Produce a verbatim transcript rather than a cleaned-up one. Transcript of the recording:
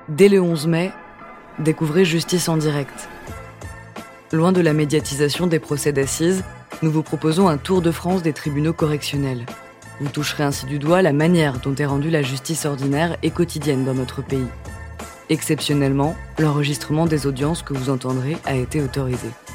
Dès le onze mai, découvrez Justice en direct. Loin de la médiatisation des procès d'assises, nous vous proposons un tour de France des tribunaux correctionnels. Vous toucherez ainsi du doigt la manière dont est rendue la justice ordinaire et quotidienne dans notre pays. Exceptionnellement, l'enregistrement des audiences que vous entendrez a été autorisé.